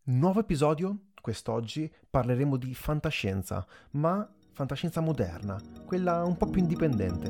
Nuovo episodio, quest'oggi parleremo di fantascienza, ma fantascienza moderna, quella un po' più indipendente.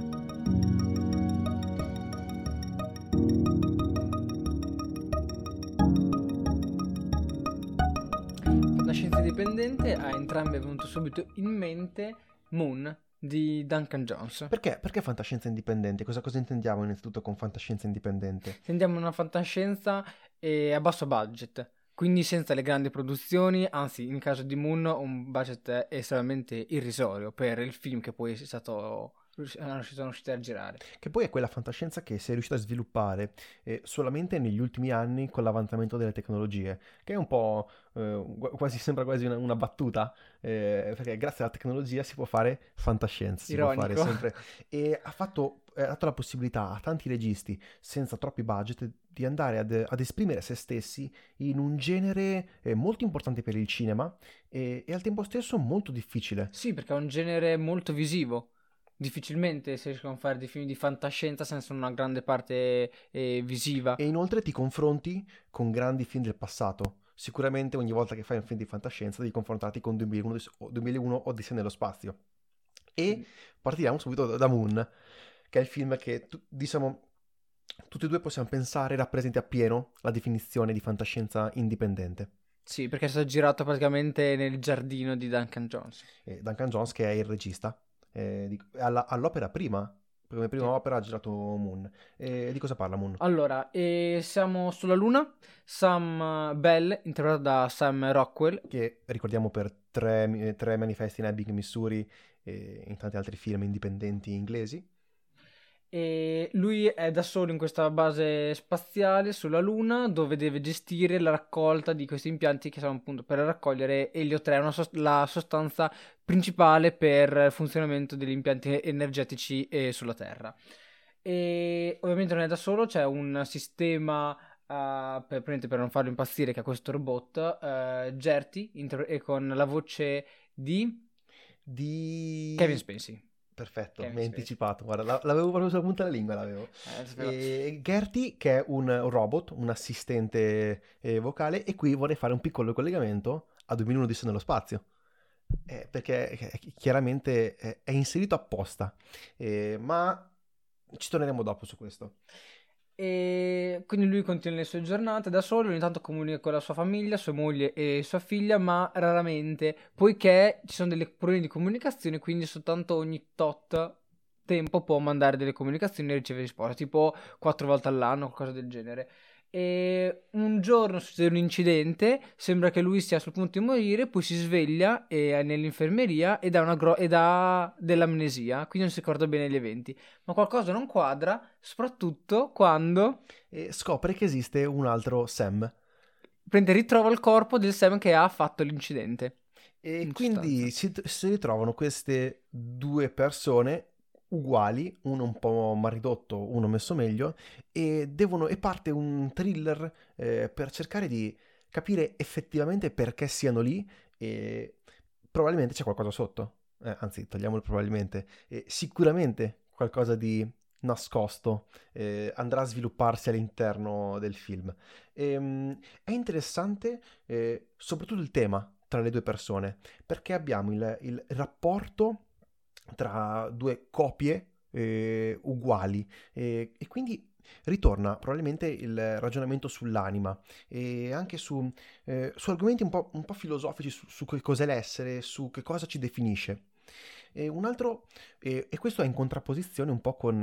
Fantascienza indipendente, a entrambi è venuto subito in mente Moon di Duncan Jones. Perché fantascienza indipendente? Cosa intendiamo innanzitutto con fantascienza indipendente? Sentiamo una fantascienza a basso budget, quindi senza le grandi produzioni, anzi in caso di Moon un budget estremamente irrisorio per il film che poi sono riusciti a girare. Che poi è quella fantascienza che si è riuscita a sviluppare solamente negli ultimi anni con l'avanzamento delle tecnologie, che è un po' sembra quasi una battuta, perché grazie alla tecnologia si può fare fantascienza, si può fare Ironico. sempre. E ha dato la possibilità a tanti registi, senza troppi budget, di andare ad esprimere se stessi in un genere molto importante per il cinema e al tempo stesso molto difficile. Sì, perché è un genere molto visivo. Difficilmente si riescono a fare dei film di fantascienza senza una grande parte visiva. E inoltre ti confronti con grandi film del passato. Sicuramente ogni volta che fai un film di fantascienza devi confrontarti con 2001 Odissea nello spazio. E partiamo subito da Moon, che è il film che diciamo tutti e due possiamo pensare rappresenti appieno la definizione di fantascienza indipendente. Sì, perché è stato girato praticamente nel giardino di Duncan Jones. Duncan Jones, che è il regista, all'opera prima, come prima Sì. opera ha girato Moon. Di cosa parla Moon? Allora, siamo sulla Luna. Sam Bell, interpretato da Sam Rockwell. Che ricordiamo per tre manifesti in Ebbing, Missouri e in tanti altri film indipendenti inglesi. E lui è da solo in questa base spaziale sulla Luna, dove deve gestire la raccolta di questi impianti che sono appunto per raccogliere elio 3, la sostanza principale per il funzionamento degli impianti energetici sulla Terra. E ovviamente non è da solo, c'è un sistema per non farlo impazzire, che è questo robot Gertie, e con la voce di Kevin Spacey. Perfetto, Kevin mi hai Spacey. anticipato, guarda, l'avevo proprio sulla punta della lingua, l'avevo. Sapevo. Gertie, che è un robot, un assistente vocale, e qui vorrei fare un piccolo collegamento a 2001 Odissea nello spazio. Perché chiaramente è inserito apposta, ma ci torneremo dopo su questo. E quindi lui continua le sue giornate da solo, ogni tanto comunica con la sua famiglia, sua moglie e sua figlia, ma raramente, poiché ci sono dei problemi di comunicazione, quindi soltanto ogni tot tempo può mandare delle comunicazioni e ricevere risposte, tipo 4 volte all'anno, qualcosa del genere. E un giorno succede un incidente, sembra che lui sia sul punto di morire, poi si sveglia nell'infermeria e dà dell'amnesia, quindi non si ricorda bene gli eventi. Ma qualcosa non quadra, soprattutto quando E scopre che esiste un altro Sam. ritrova il corpo del Sam che ha fatto l'incidente. E In quindi si ritrovano queste due persone uguali, uno un po' maridotto, uno messo meglio, e parte un thriller per cercare di capire effettivamente perché siano lì e probabilmente c'è qualcosa sotto. Anzi, togliamo il probabilmente. Sicuramente qualcosa di nascosto andrà a svilupparsi all'interno del film. È interessante soprattutto il tema tra le due persone, perché abbiamo il rapporto tra due copie uguali e quindi ritorna probabilmente il ragionamento sull'anima e anche su argomenti un po' filosofici su che cos'è l'essere, su che cosa ci definisce. E un altro, e questo è in contrapposizione un po' con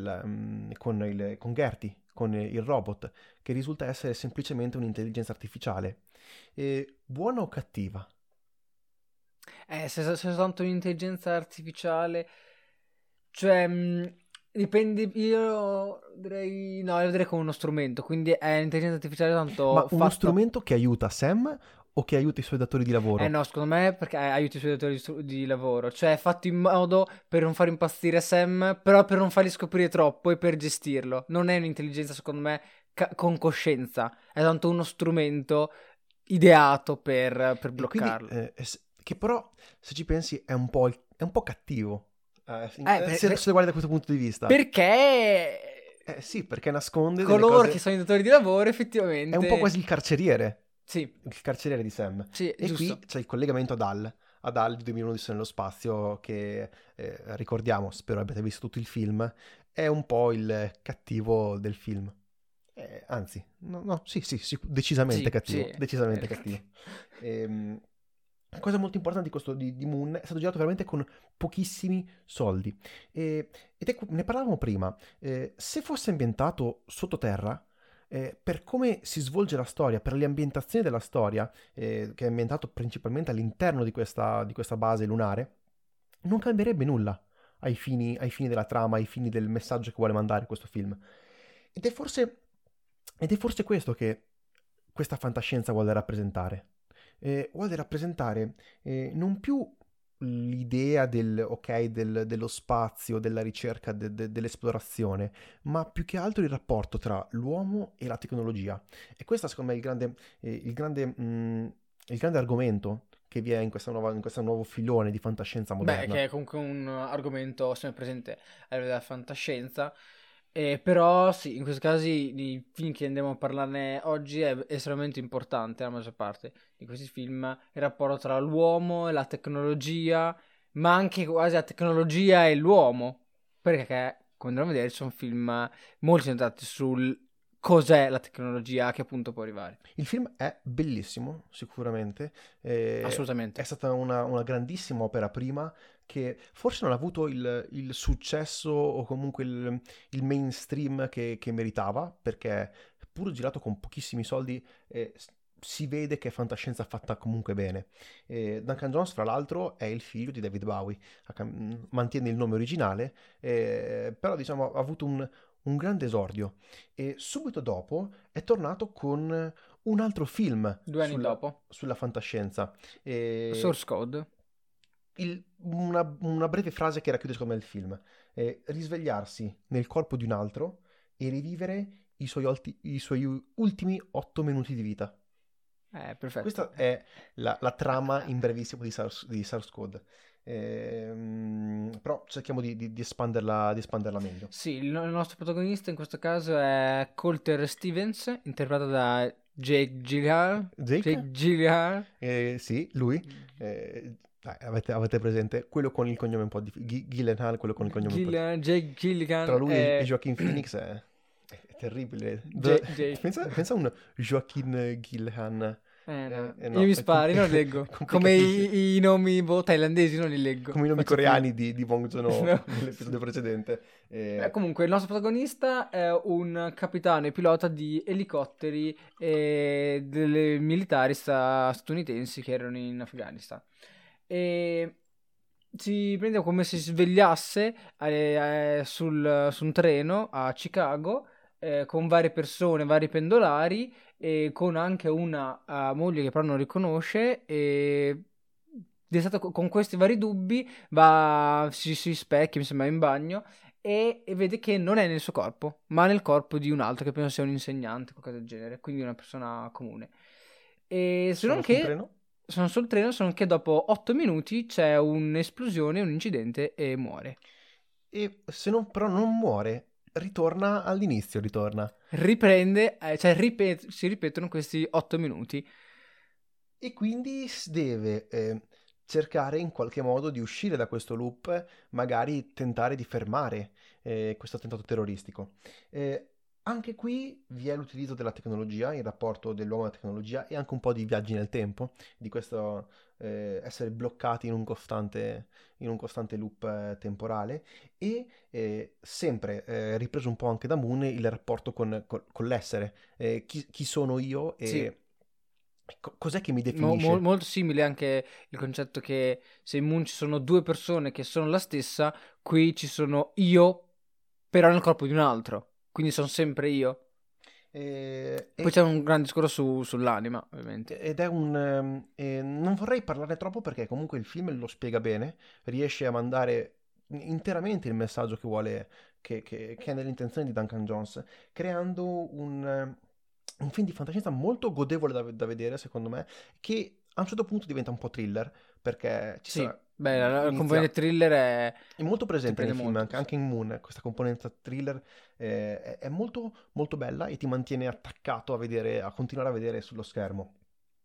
Gertie, con il robot, che risulta essere semplicemente un'intelligenza artificiale. Buona o cattiva? Se soltanto un'intelligenza artificiale, cioè, dipende, io direi, no, io vedrei come uno strumento, quindi è un'intelligenza artificiale tanto Ma uno fatta. strumento che aiuta Sam o che aiuta i suoi datori di lavoro? No, secondo me perché aiuti i suoi datori di lavoro, cioè è fatto in modo per non far impazzire Sam, però per non fargli scoprire troppo e per gestirlo. Non è un'intelligenza, secondo me, con coscienza, è tanto uno strumento ideato per bloccarlo. Quindi, che però, se ci pensi, è un po' cattivo. Se lo guardi da questo punto di vista. Perché Sì, perché nasconde delle coloro cose. che sono i datori di lavoro effettivamente È un po' quasi il carceriere. Sì, il carceriere di Sam. sì, E giusto. qui c'è il collegamento ad Hal di 2001 Odissea nello spazio, che ricordiamo, spero abbiate visto tutto il film, è un po' il cattivo del film. Anzi, no, sì, decisamente Sì, cattivo, sì. decisamente cattivo. Ehm, Cosa molto importante di questo di Moon, è stato girato veramente con pochissimi soldi. Ne parlavamo prima. Se fosse ambientato sottoterra, per come si svolge la storia, per le ambientazioni della storia, che è ambientato principalmente all'interno di questa base lunare, non cambierebbe nulla ai fini della trama, ai fini del messaggio che vuole mandare questo film. Ed è forse, ed è forse questo che questa fantascienza vuole rappresentare. Vuole rappresentare non più l'idea dello spazio, della ricerca, dell'esplorazione, ma più che altro il rapporto tra l'uomo e la tecnologia. E questo secondo me è il grande argomento che vi è in questo nuovo filone di fantascienza Beh, moderna. che è comunque un argomento sempre presente a livello della fantascienza. Però sì, in questi casi i film che andiamo a parlarne oggi è estremamente importante, la maggior parte di questi film, il rapporto tra l'uomo e la tecnologia, ma anche quasi la tecnologia e l'uomo, perché come andremo a vedere sono film molto centrati sul cos'è la tecnologia, a che punto può arrivare. Il film è bellissimo, sicuramente. È Assolutamente. stata una grandissima opera prima che forse non ha avuto il successo o comunque il mainstream che meritava, perché pur girato con pochissimi soldi, si vede che è fantascienza fatta comunque bene. Duncan Jones, fra l'altro, è il figlio di David Bowie, mantiene il nome originale, però diciamo ha avuto un grande esordio e subito dopo è tornato con un altro film 2 anni dopo, sulla fantascienza. E Source Code. una breve frase che racchiude secondo me il film. Risvegliarsi nel corpo di un altro e rivivere i suoi ultimi 8 minuti di vita. Perfetto. Questa è la trama in brevissimo di Source Code. Però cerchiamo di espanderla meglio. Sì, il nostro protagonista in questo caso è Colter Stevens, interpretato da Jake Gyllenhaal. Jake? Jake Gyllenhaal. Sì, lui. Avete presente? Quello con il cognome un po' Gyllenhaal, quello con il cognome un po' Jake Tra Gilligan lui e è... Joaquin Phoenix è terribile. Jake. Pensa a un Joaquin Gyllenhaal. No. Io No, mi spari, non leggo. è Come complicatissimo. i nomi thailandesi non li leggo. Come i nomi Faccio finta. coreani di Bong Joon-ho No. nell'episodio precedente. Comunque, il nostro protagonista è un capitano e pilota di elicotteri delle militari statunitensi che erano in Afghanistan. E si prende come se si svegliasse su un treno a Chicago con varie persone, vari pendolari e con anche una moglie che però non riconosce e con questi vari dubbi si specchia, mi sembra in bagno e vede che non è nel suo corpo, ma nel corpo di un altro che penso sia un insegnante, qualcosa del genere, quindi una persona comune. E se non Sono su un che treno? sono sul treno, se non che dopo 8 minuti c'è un'esplosione, un incidente e muore. E se non, però non muore, ritorna all'inizio, ritorna. Riprende, cioè si ripetono questi 8 minuti. E quindi deve cercare in qualche modo di uscire da questo loop, magari tentare di fermare questo attentato terroristico. Anche qui vi è l'utilizzo della tecnologia, il rapporto dell'uomo alla tecnologia e anche un po' di viaggi nel tempo, di questo essere bloccati in un costante loop temporale e sempre ripreso un po' anche da Moon il rapporto con l'essere. Chi sono io Sì, e cos'è che mi definisce? molto simile anche il concetto che se in Moon ci sono due persone che sono la stessa, qui ci sono io, però nel corpo di un altro. Quindi sono sempre io. Eh, Poi e- c'è un grande discorso sull'anima, ovviamente. Ed è non vorrei parlare troppo perché comunque il film lo spiega bene, riesce a mandare interamente il messaggio che vuole, che è nell'intenzione di Duncan Jones, creando un film di fantascienza molto godevole da vedere, secondo me, che a un certo punto diventa un po' thriller, perché ci Sì, sarà, beh, la inizia, componente thriller è molto ti presente prende nei film, molto. Sì. anche in Moon, questa componente thriller è molto, molto bella e ti mantiene attaccato a vedere, a continuare a vedere sullo schermo.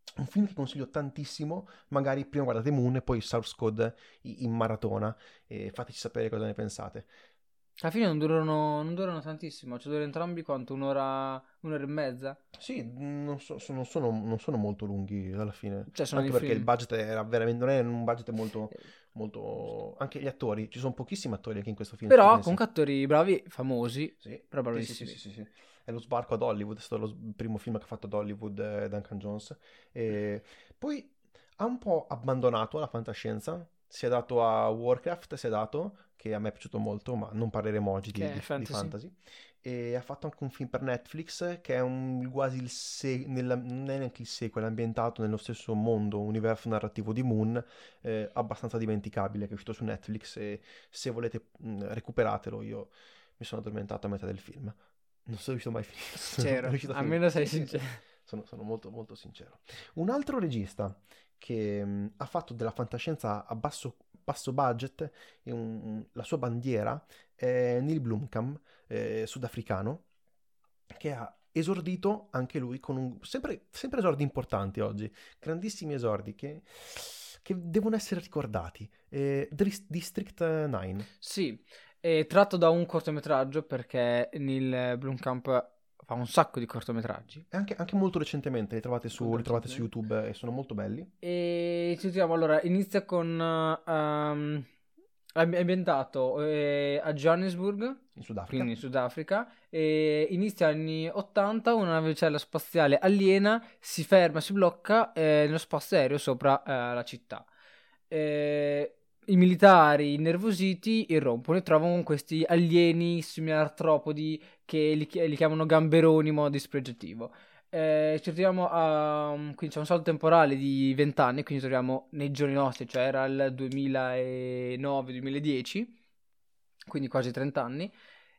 Un film che consiglio tantissimo, magari prima guardate Moon e poi Source Code in maratona e fateci sapere cosa ne pensate. Alla fine non durano tantissimo, cioè durano entrambi quanto un'ora e mezza. Sì, non sono molto lunghi alla fine, Cioè sono dei anche perché il film. budget era veramente, non è un budget molto, Eh, molto... Anche gli attori, ci sono pochissimi attori anche in questo film, se ci Però pensi. comunque attori bravi, famosi, Sì, però sì, sì, sì, bravissimi. sì, sì, sì. È lo sbarco ad Hollywood, è stato il primo film che ha fatto ad Hollywood, Duncan Jones. E poi ha un po' abbandonato la fantascienza, si è dato a Warcraft, si è dato, che a me è piaciuto molto, ma non parleremo oggi Che è di fantasy. fantasy. E ha fatto anche un film per Netflix che è quasi non è neanche il sequel, è ambientato nello stesso mondo, universo narrativo di Moon, abbastanza dimenticabile, che è uscito su Netflix e se volete recuperatelo, io mi sono addormentato a metà del film. Non sono riuscito mai a finire. Non Sincero, riuscito a finire. almeno sei Sì, sì, sì. sincero. Sono molto, molto sincero. Un altro regista che ha fatto della fantascienza a basso budget e la sua bandiera è Neil Blomkamp, sudafricano, che ha esordito anche lui con sempre esordi importanti oggi, grandissimi esordi che devono essere ricordati. District 9. Sì, è tratto da un cortometraggio perché Neil Blomkamp fa un sacco di cortometraggi. E anche molto recentemente li trovate su Recentemente. YouTube e sono molto belli. E ci troviamo allora, inizia con è ambientato a Johannesburg, In Sudafrica. quindi in Sudafrica, e inizia anni 80, una navicella spaziale aliena si ferma, si blocca nello spazio aereo sopra la città. I militari innervositi irrompono e trovano questi alieni simili artropodi che li chiamano gamberoni in modo dispregiativo. Ci troviamo quindi c'è un salto temporale di 20 anni, quindi ci troviamo nei giorni nostri, cioè era il 2009-2010, quindi quasi 30 anni.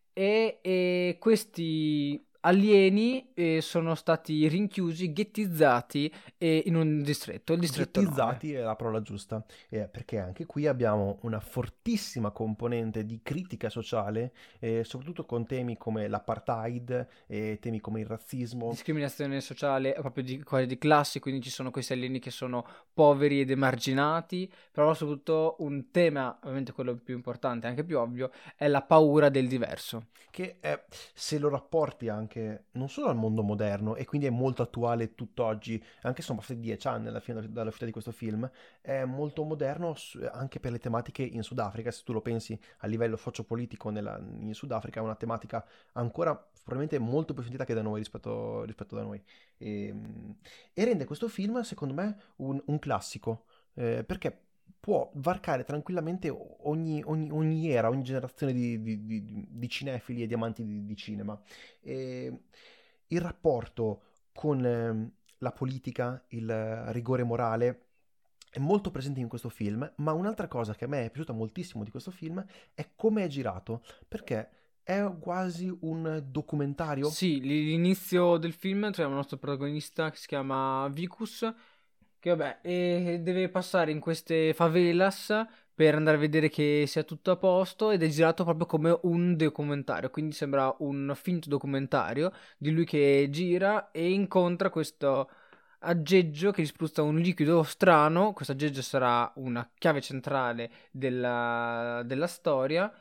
E questi alieni sono stati rinchiusi, ghettizzati in un distretto, il distretto 9. Ghettizzati è la parola giusta, perché anche qui abbiamo una fortissima componente di critica sociale, soprattutto con temi come l'apartheid e temi come il razzismo. Discriminazione sociale proprio di, quasi di classe, quindi ci sono questi alieni che sono poveri ed emarginati, però soprattutto un tema, ovviamente quello più importante, anche più ovvio, è la paura del diverso. Che se lo rapporti anche non solo al mondo moderno e quindi è molto attuale tutt'oggi, anche se sono passati 10 anni alla fine dall'uscita di questo film, è molto moderno anche per le tematiche in Sudafrica. Se tu lo pensi a livello sociopolitico in Sudafrica è una tematica ancora probabilmente molto più sentita che da noi rispetto da noi. E, e rende questo film secondo me un classico, perché può varcare tranquillamente ogni era, ogni generazione di cinefili e di amanti di cinema. E il rapporto con la politica, il rigore morale è molto presente in questo film, ma un'altra cosa che a me è piaciuta moltissimo di questo film è come è girato, perché è quasi un documentario. Sì, l'inizio del film troviamo il nostro protagonista che si chiama Vicus, che vabbè, deve passare in queste favelas per andare a vedere che sia tutto a posto ed è girato proprio come un documentario, quindi sembra un finto documentario di lui che gira e incontra questo aggeggio che gli spruzza un liquido strano. Questo aggeggio sarà una chiave centrale della storia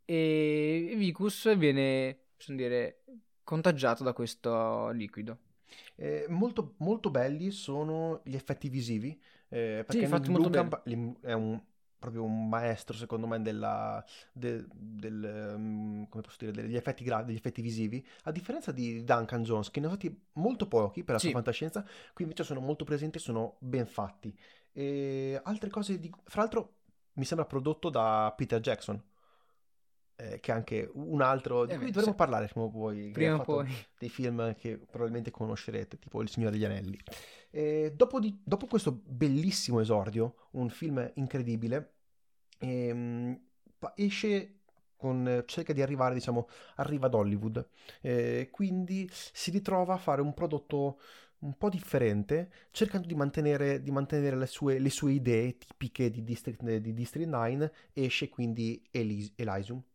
e Vicus viene, possiamo dire, contagiato da questo liquido. Molto, molto belli sono gli effetti visivi, Sì, perché Neil fatti molto bene. Blomkamp è proprio un maestro, secondo me, come posso dire, degli effetti visivi, a differenza di Duncan Jones, che ne ha fatti molto pochi per la sua Sì, fantascienza, qui invece sono molto presenti e sono ben fatti. E altre cose, fra l'altro, mi sembra prodotto da Peter Jackson, che è anche un altro di cui sì, dovremmo parlare prima o poi, che ha prima o fatto poi. dei film che probabilmente conoscerete, tipo Il Signore degli Anelli. Dopo questo bellissimo esordio, un film incredibile, esce cerca di arrivare, diciamo, arriva ad Hollywood, quindi si ritrova a fare un prodotto un po' differente, cercando di mantenere le sue idee tipiche di District 9, esce quindi Elysium.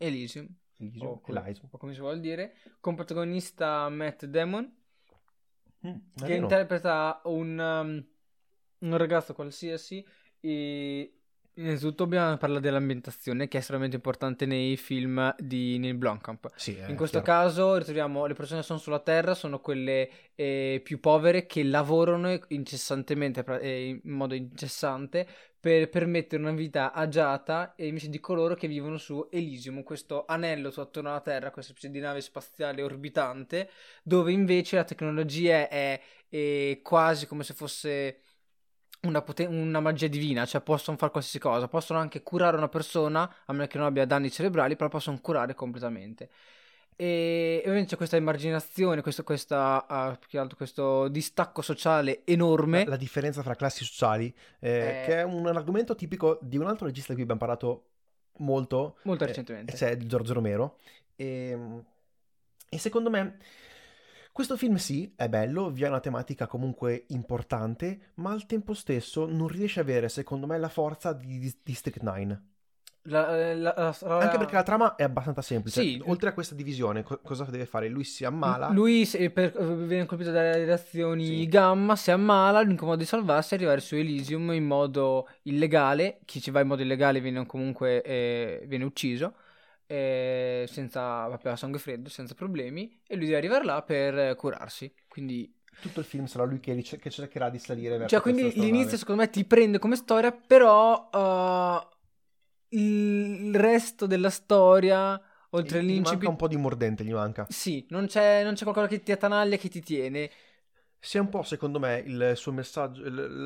Elysium, Elysium, o Elysium. come si vuol dire, con protagonista Matt Damon, che Carino. interpreta un ragazzo qualsiasi. E innanzitutto dobbiamo parlare dell'ambientazione, che è estremamente importante nei film di Neil Blomkamp. Sì, In è questo chiaro. caso ritroviamo le persone che sono sulla Terra, sono quelle più povere che lavorano incessantemente, in modo incessante, per permettere una vita agiata e invece di coloro che vivono su Elysium, questo anello attorno alla Terra, questa specie di nave spaziale orbitante, dove invece la tecnologia è quasi come se fosse una magia divina, cioè possono fare qualsiasi cosa, possono anche curare una persona, a meno che non abbia danni cerebrali, però possono curare completamente. E ovviamente c'è questa emarginazione, più che altro questo distacco sociale enorme. La differenza fra classi sociali, che è un argomento tipico di un altro regista di cui abbiamo parlato molto, Molto e recentemente. c'è Giorgio Romero. E secondo me questo film sì, è bello, vi ha una tematica comunque importante, ma al tempo stesso non riesce a avere, secondo me, la forza di District 9. Anche perché la trama è abbastanza semplice. Sì, Oltre a questa divisione, cosa deve fare? Lui si ammala. lui viene colpito dalle radiazioni Sì. gamma, si ammala, l'unico modo di salvarsi è arrivare su Elysium in modo illegale. Chi ci va in modo illegale viene comunque viene ucciso, senza vabbè, a sangue freddo, senza problemi, e lui deve arrivare là per curarsi. Quindi, Tutto il film sarà lui che cercherà di salire cioè, verso questa quindi l'inizio astronave. secondo me ti prende come storia, però il resto della storia, oltre Gli manca un all'incipit, po' di mordente, gli manca. sì, non c'è qualcosa che ti attanaglia, che ti tiene. Sia un po', secondo me, il suo messaggio,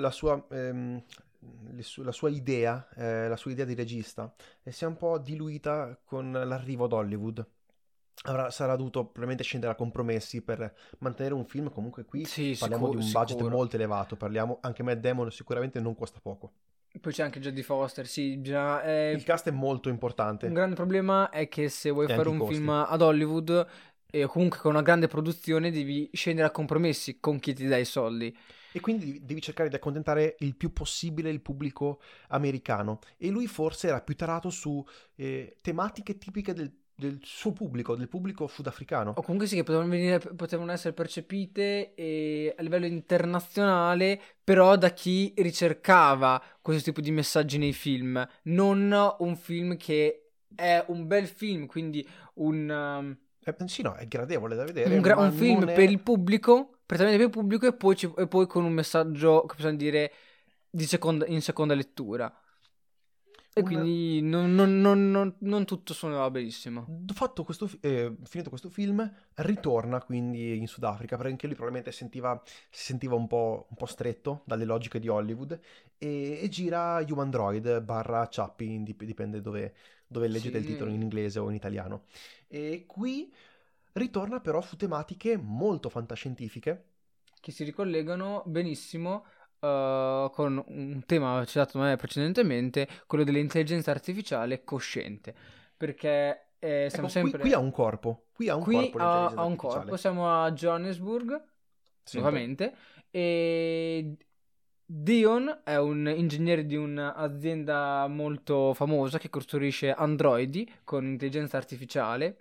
la sua idea, la sua idea di regista, e sia un po' diluita con l'arrivo ad Hollywood. Sarà dovuto probabilmente scendere a compromessi per mantenere un film. Comunque qui Sì, parliamo di un budget sicuro. molto elevato, parliamo anche Matt Damon sicuramente non costa poco. Poi c'è anche Jodie Foster, sì, Il cast è molto un importante grande problema è che se vuoi e fare anche i un film costi. ad Hollywood e comunque con una grande produzione devi scendere a compromessi con chi ti dà i soldi. E quindi devi cercare di accontentare il più possibile il pubblico americano. E lui forse era più tarato su tematiche tipiche del suo pubblico, del pubblico sudafricano. O comunque sì che potevano essere percepite a livello internazionale, però da chi ricercava questo tipo di messaggi nei film, non un film che è un bel film, quindi Sì, no, è gradevole da vedere, ma un non film per è... il pubblico, prettamente per il pubblico, e poi con un messaggio, che possiamo dire, in seconda lettura. E un... quindi non tutto suonava benissimo. Finito questo film, ritorna quindi in Sudafrica, perché anche lui probabilmente si sentiva un po' stretto dalle logiche di Hollywood, e gira Human Droid barra Chappie, dipende dove leggete il titolo, in Sì, inglese o in italiano. E qui ritorna però su tematiche molto fantascientifiche. che si ricollegano benissimo con un tema citato da me precedentemente, quello dell'intelligenza artificiale cosciente. Perché siamo Ecco, qui ha sempre un corpo, qui ha un qui corpo ha l'intelligenza un corpo, artificiale. siamo a Johannesburg, Sempre. nuovamente, e Dion è un ingegnere di un'azienda molto famosa che costruisce androidi con intelligenza artificiale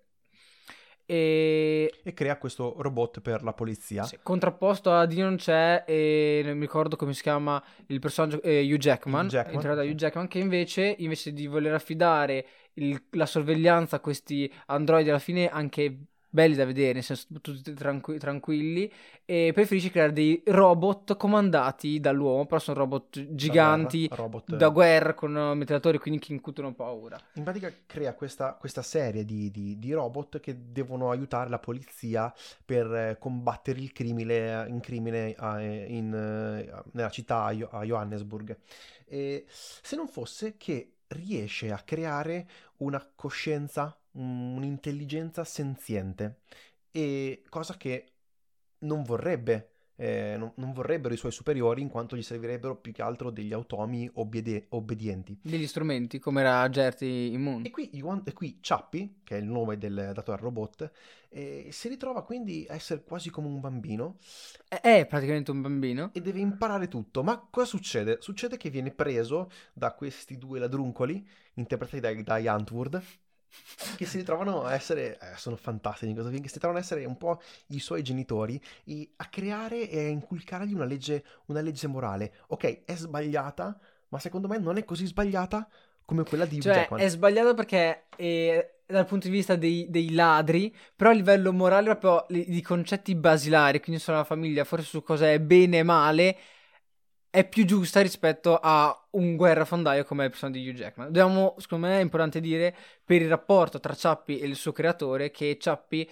e E crea questo robot per la polizia. sì, contrapposto a Dion c'è, non mi ricordo come si chiama il personaggio, Hugh Hugh Jackman, Jackman, interpretato da sì. Hugh Jackman, che invece di voler affidare la sorveglianza a questi androidi alla fine anche belli da vedere, nel senso tutti tranquilli, e preferisce creare dei robot comandati dall'uomo, però sono robot Da guerra, giganti robot. da guerra con metratori, quindi che incutono paura. In pratica crea questa serie di robot che devono aiutare la polizia per combattere il crimine nella città a Johannesburg. E se non fosse che riesce a creare una coscienza, un'intelligenza senziente, e cosa che non vorrebbero i suoi superiori, in quanto gli servirebbero più che altro degli automi obbedienti. Degli strumenti, come era Gertie Moon. E qui Chappie, che è il nome dato al robot, si ritrova quindi a essere quasi come un bambino È praticamente un bambino. e deve imparare tutto. Ma cosa succede? Succede che viene preso da questi due ladruncoli, interpretati da Antwoord, che si ritrovano a essere, sono fantastici in questo film, che si ritrovano a essere un po' i suoi genitori e a creare e a inculcargli una legge morale. Ok, è sbagliata, ma secondo me non è così sbagliata come quella di Hugh Cioè, Jackman. è sbagliato perché dal punto di vista dei ladri, però a livello morale proprio di concetti basilari, quindi sulla famiglia, forse su cosa è bene e male, è più giusta rispetto a un guerrafondaio come il personaggio di Hugh Jackman. Dobbiamo, secondo me, è importante dire per il rapporto tra Ciappi e il suo creatore che Ciappi,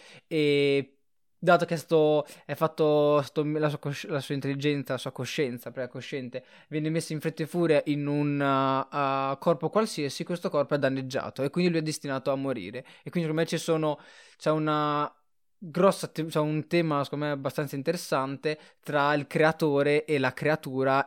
dato che è fatto la sua intelligenza, la sua coscienza precosciente, viene messa in fretta e furia in un corpo qualsiasi, questo corpo è danneggiato e quindi lui è destinato a morire. E quindi, secondo me, c'è una c'è un tema, secondo me, abbastanza interessante tra il creatore e la creatura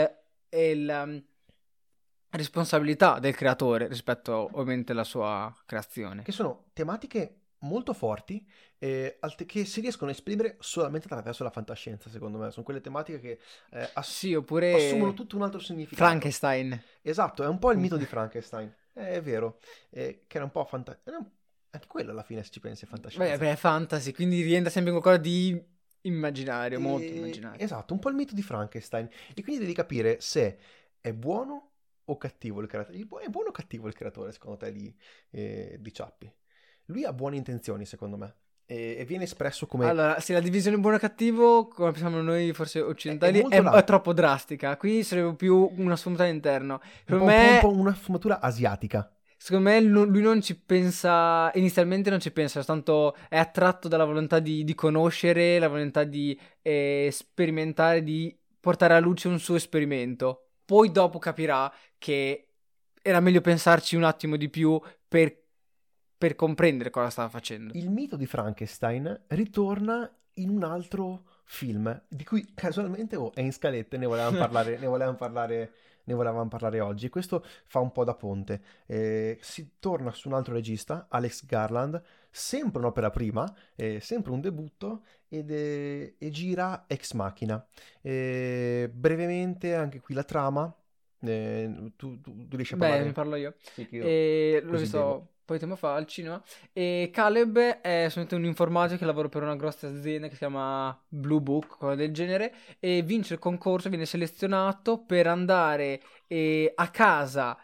e responsabilità del creatore rispetto ovviamente alla sua creazione. Che sono tematiche molto forti che si riescono a esprimere solamente attraverso la fantascienza, secondo me. Sono quelle tematiche che Sì, assumono oppure tutto un altro significato. Frankenstein. Esatto, è un po' il mito di Frankenstein, è vero, che era un po' anche quello alla fine, se ci pensi, è fantascienza. Beh, è fantasy, quindi rientra sempre in qualcosa di immaginario, molto immaginario. Esatto, un po' il mito di Frankenstein. E quindi devi capire se è buono o cattivo il creatore. È buono o cattivo il creatore, secondo te, di Ciappi? Lui ha buone intenzioni, secondo me, e viene espresso come... Allora, se la divisione buono e cattivo, come pensiamo noi forse È occidentali, molto è là, troppo drastica. Qui sarebbe più una sfumatura interna. un po' una sfumatura asiatica. Secondo me lui non ci pensa, inizialmente non ci pensa, soltanto è attratto dalla volontà di conoscere, la volontà di sperimentare, di portare alla luce un suo esperimento. Poi dopo capirà che era meglio pensarci un attimo di più per comprendere cosa stava facendo. Il mito di Frankenstein ritorna in un altro film, di cui casualmente è in scaletta, ne volevamo parlare oggi. E questo fa un po' da ponte. Si torna su un altro regista, Alex Garland, sempre un'opera prima, sempre un debutto, e gira Ex Machina. Brevemente, anche qui la trama. Tu riesci a Beh, ne parlare? parlo io. Sì, che io E l'ho così visto bevo. un po' di tempo fa al cinema. E Caleb è solamente un informatico che lavora per una grossa azienda che si chiama Blue Book, cosa del genere. E vince il concorso, viene selezionato per andare a casa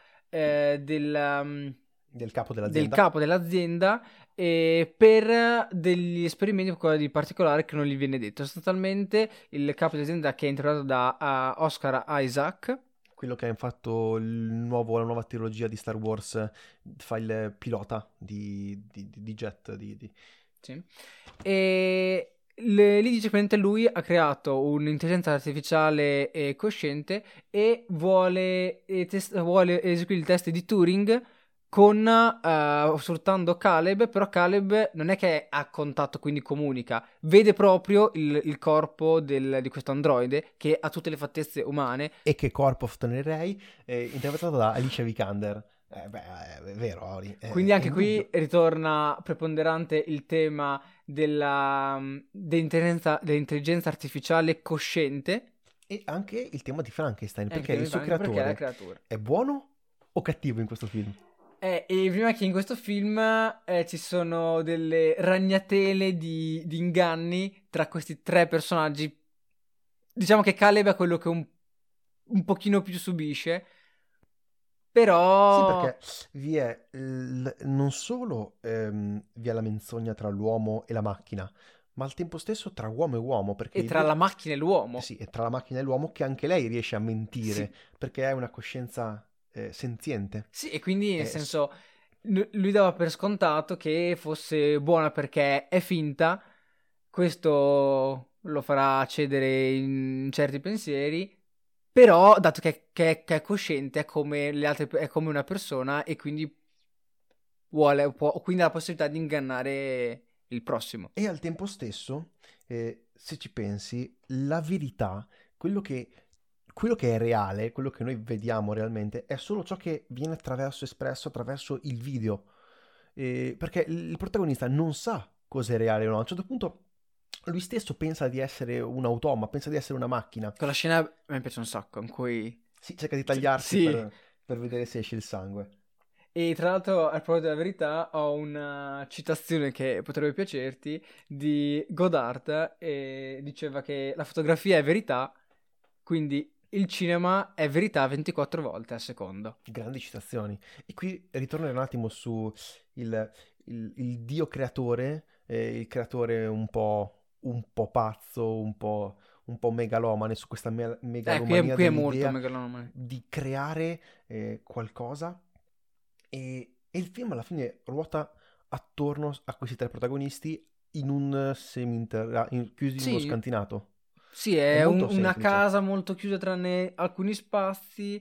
Del capo del dell'azienda. capo dell'azienda per degli esperimenti, qualcosa di particolare che non gli viene detto. Sostanzialmente il capo dell'azienda, che è interpretato da Oscar Isaac. Quello che ha fatto la nuova trilogia di Star Wars, fa il pilota di jet. Sì. E lì dice praticamente lui ha creato un'intelligenza artificiale cosciente e vuole eseguire il test di Turing sfruttando Caleb, però Caleb non è che ha contatto, quindi comunica, vede proprio il corpo di questo androide che ha tutte le fattezze umane. E che Corp of Ray, interpretato da Alicia Vikander. Beh, è vero, Auri, Quindi è anche qui indubbio. ritorna preponderante il tema dell'intelligenza artificiale cosciente. E anche il tema di Frankenstein, E anche perché tema il di suo Frank perché è la creatore creatura. è buono o cattivo in questo film? E prima che in questo film ci sono delle ragnatele di inganni tra questi tre personaggi. Diciamo che Caleb è quello che un pochino più subisce, Sì, però... perché non solo vi è la menzogna tra l'uomo e la macchina, ma al tempo stesso tra uomo e uomo, perché E tra la macchina e l'uomo. sì, è tra la macchina e l'uomo che anche lei riesce a Sì. mentire, perché è una coscienza senziente. Sì, e quindi nel Eh, s- senso lui dava per scontato che fosse buona perché è finta, questo lo farà cedere in certi pensieri, però dato che è cosciente, è come le altre, è come una persona e quindi quindi ha la possibilità di ingannare il prossimo. E al tempo stesso, se ci pensi, la verità, quello che, quello che è reale, quello che noi vediamo realmente, è solo ciò che viene espresso attraverso il video. Perché il protagonista non sa cosa è reale o no. A un certo punto lui stesso pensa di essere un automa, pensa di essere una macchina. Quella scena a me piace un sacco, in cui... Si cerca di tagliarsi Sì, per vedere se esce il sangue. E tra l'altro, al proposito della verità, ho una citazione che potrebbe piacerti di Godard, e diceva che la fotografia è verità, quindi il cinema è verità 24 volte al secondo. Grandi citazioni. E qui ritornerò un attimo su il, il dio creatore, il creatore un po' pazzo, un po' megalomane, su questa megalomania Qui è molto dell'idea megalomane. di creare qualcosa. E il film alla fine ruota attorno a questi tre protagonisti in un chiusi in uno Sì, scantinato. sì, È è molto una semplice. casa molto chiusa tranne alcuni spazi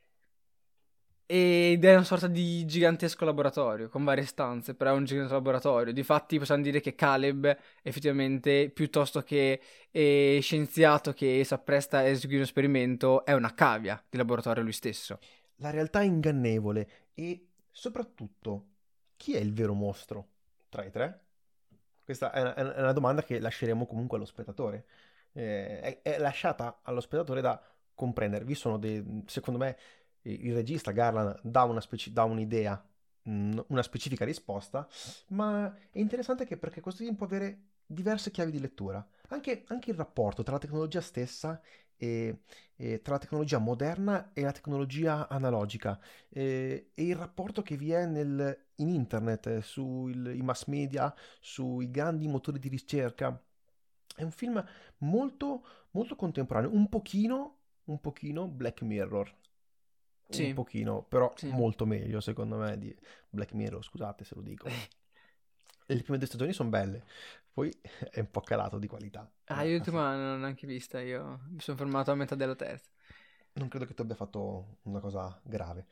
ed è una sorta di gigantesco laboratorio con varie stanze, però è un gigantesco laboratorio. Difatti possiamo dire che Caleb effettivamente, piuttosto che scienziato che si appresta a eseguire un esperimento, è una cavia di laboratorio lui stesso. La realtà è ingannevole e soprattutto chi è il vero mostro tra i tre? Questa è una domanda che lasceremo comunque allo spettatore. È lasciata allo spettatore da comprendere. Secondo me, il regista Garland dà un'idea, una specifica risposta, ma è interessante che perché questo film può avere diverse chiavi di lettura. Anche il rapporto tra la tecnologia stessa e, e tra la tecnologia moderna e la tecnologia analogica e il rapporto che vi è in internet, sui mass media, sui grandi motori di ricerca. È un film molto, molto contemporaneo, un pochino Black Mirror. Un Sì, pochino, però sì. molto meglio secondo me di Black Mirror, scusate se lo dico. Le prime due stagioni sono belle, poi è un po' calato di qualità. Ah, io l'ultima non l'ho neanche vista, io mi sono fermato a metà della terza. Non credo che tu abbia fatto una cosa grave.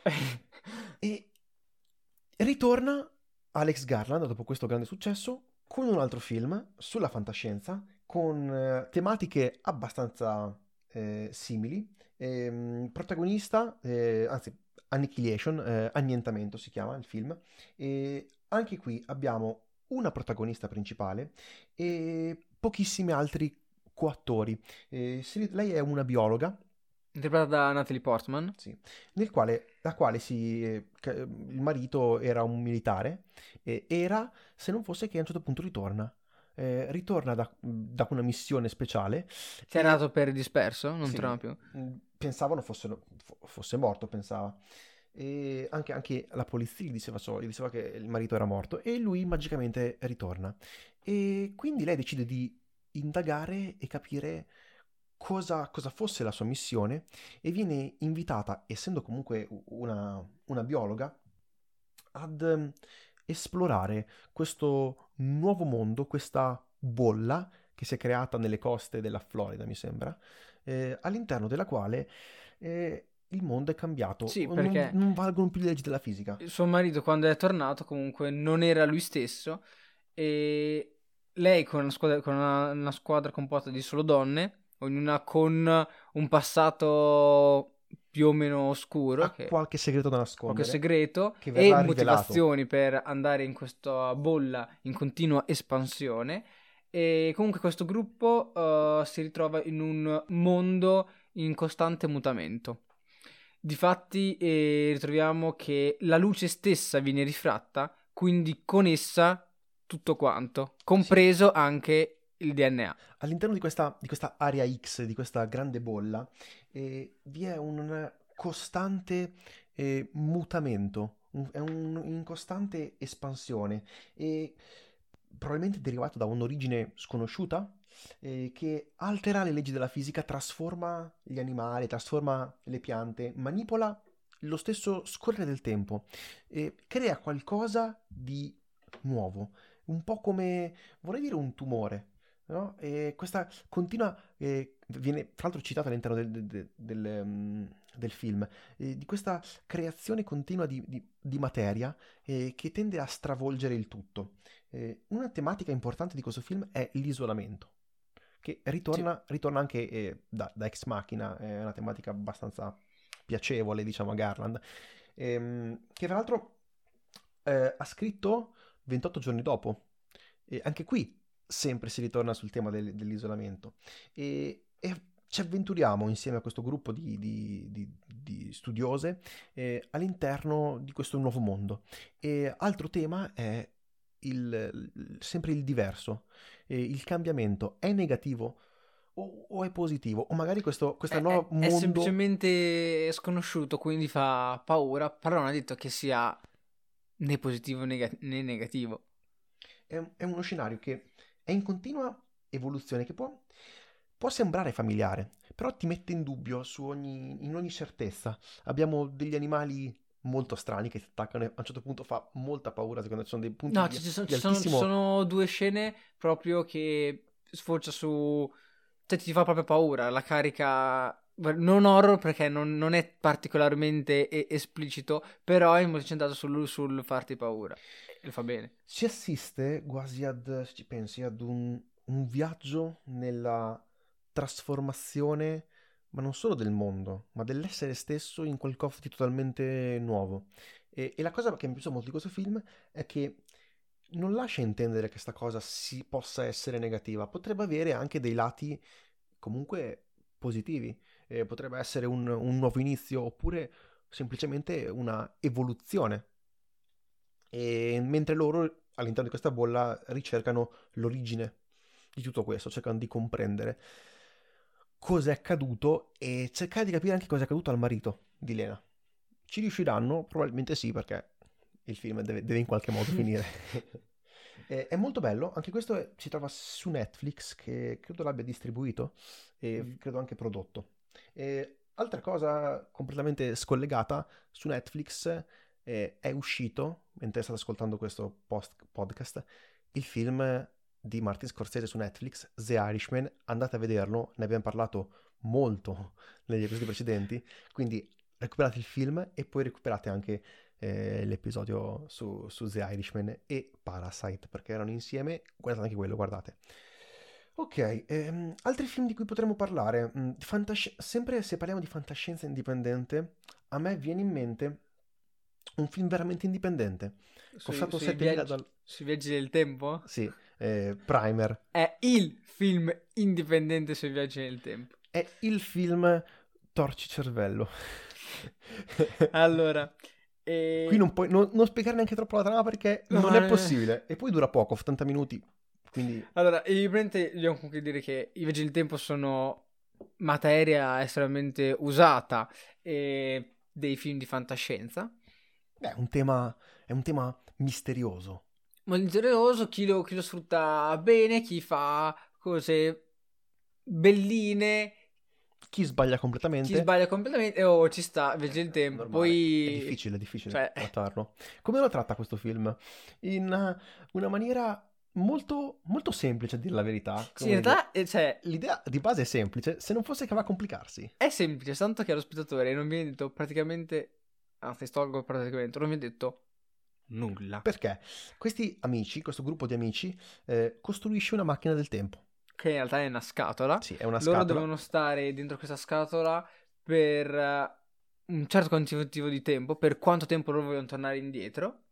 E ritorna Alex Garland dopo questo grande successo con un altro film sulla fantascienza, con tematiche abbastanza simili. Protagonista, anzi, Annihilation, Annientamento si chiama il film. E anche qui abbiamo una protagonista principale e pochissimi altri coattori. Lei è una biologa, Interpretata da Natalie Portman. sì, la quale il marito era un militare, se non fosse che a un certo punto ritorna da una missione speciale Si era e dato per disperso, non sì, torna più. pensavano fosse morto, pensava. E anche la polizia gli diceva che il marito era morto e lui magicamente ritorna. E quindi lei decide di indagare e capire cosa fosse la sua missione e viene invitata, essendo comunque una biologa, ad esplorare questo nuovo mondo, questa bolla che si è creata nelle coste della Florida, mi sembra, all'interno della quale il mondo è cambiato, Sì, perché non valgono più le leggi della fisica. suo marito quando è tornato comunque non era lui stesso e lei con una squadra composta di solo donne, ognuna con un passato più o meno oscuro, Ha che qualche segreto da qualche nascondere segreto che e verrà rivelato. motivazioni per andare in questa bolla in continua espansione. E comunque questo gruppo si ritrova in un mondo in costante mutamento. Difatti, ritroviamo che la luce stessa viene rifratta, quindi con essa tutto quanto, Sì, compreso anche il DNA. all'interno di questa area X, di questa grande bolla, vi è un costante mutamento, è in costante espansione e probabilmente derivato da un'origine sconosciuta che altera le leggi della fisica, trasforma gli animali, trasforma le piante, manipola lo stesso scorrere del tempo e crea qualcosa di nuovo, un po' come, vorrei dire, un tumore. No? E questa continua, viene tra l'altro citata all'interno del film, di questa creazione continua di materia che tende a stravolgere il tutto. Una tematica importante di questo film è l'isolamento, che Sì, ritorna anche da Ex Machina, è una tematica abbastanza piacevole, diciamo, a Garland, che tra l'altro ha scritto 28 giorni dopo. E anche qui sempre si ritorna sul tema dell'isolamento. E ci avventuriamo insieme a questo gruppo di studiose all'interno di questo nuovo mondo. E altro tema è sempre il diverso, il cambiamento. È negativo o è positivo? O magari questo nuovo È mondo... semplicemente sconosciuto, quindi fa paura, però non ha detto che sia né positivo né negativo. È uno scenario che è in continua evoluzione, che può sembrare familiare, però ti mette in dubbio in ogni certezza. Abbiamo degli animali molto strani che ti attaccano e a un certo punto fa molta paura, secondo me ci sono dei punti No, di ci altissimo... sono due scene proprio che sfocia su... Cioè ti fa proprio paura, la carica... Non horror perché non è particolarmente esplicito, però è molto centrato sul farti paura. E lo fa bene. Si assiste quasi se ci pensi, ad un viaggio nella trasformazione, ma non solo del mondo, ma dell'essere stesso in qualcosa di totalmente nuovo. E la cosa che mi piace molto di questo film è che non lascia intendere che questa cosa si possa essere negativa, potrebbe avere anche dei lati comunque positivi. Potrebbe essere un nuovo inizio oppure semplicemente una evoluzione. E mentre loro all'interno di questa bolla ricercano l'origine di tutto questo, cercano di comprendere cosa è accaduto e cercare di capire anche cosa è accaduto al marito di Lena. Ci riusciranno? Probabilmente sì, perché il film deve in qualche modo finire. È molto bello, anche questo si trova su Netflix, che credo l'abbia distribuito e credo anche prodotto. Altra cosa completamente scollegata, su Netflix è uscito, mentre state ascoltando questo podcast, il film di Martin Scorsese su Netflix, The Irishman. Andate a vederlo, ne abbiamo parlato molto negli episodi precedenti, quindi recuperate il film e poi recuperate anche l'episodio su The Irishman e Parasite, perché erano insieme. Guardate anche quello, guardate. Ok, altri film di cui potremmo parlare. Sempre se parliamo di fantascienza indipendente, a me viene in mente un film veramente indipendente, costato 7.000 dollari. Sui viaggi del tempo? Sì, Primer. È il film indipendente sui viaggi nel tempo. È il film Torci Cervello. Allora, qui non puoi non spiegare neanche troppo la trama perché non è possibile. E poi dura poco, 80 minuti. Quindi... Allora, evidentemente dobbiamo comunque dire che i viaggi del tempo sono materia estremamente usata dei film di fantascienza. Beh, è un tema misterioso. Misterioso, chi lo sfrutta bene, chi fa cose belline, chi sbaglia completamente ci sta, viaggi del tempo. Normale. Poi È difficile cioè... trattarlo. Come lo tratta questo film? In una maniera molto, molto semplice, a dire la verità. Sì, in realtà l'idea di base è semplice, se non fosse che va a complicarsi. è semplice, tanto che allo spettatore non viene detto praticamente, anzi tolgo praticamente, non viene detto nulla. Perché questo gruppo di amici, costruisce una macchina del tempo. Che in realtà è una scatola. Sì, è una Loro scatola. devono stare dentro questa scatola per un certo quantitativo di tempo, per quanto tempo loro vogliono tornare indietro.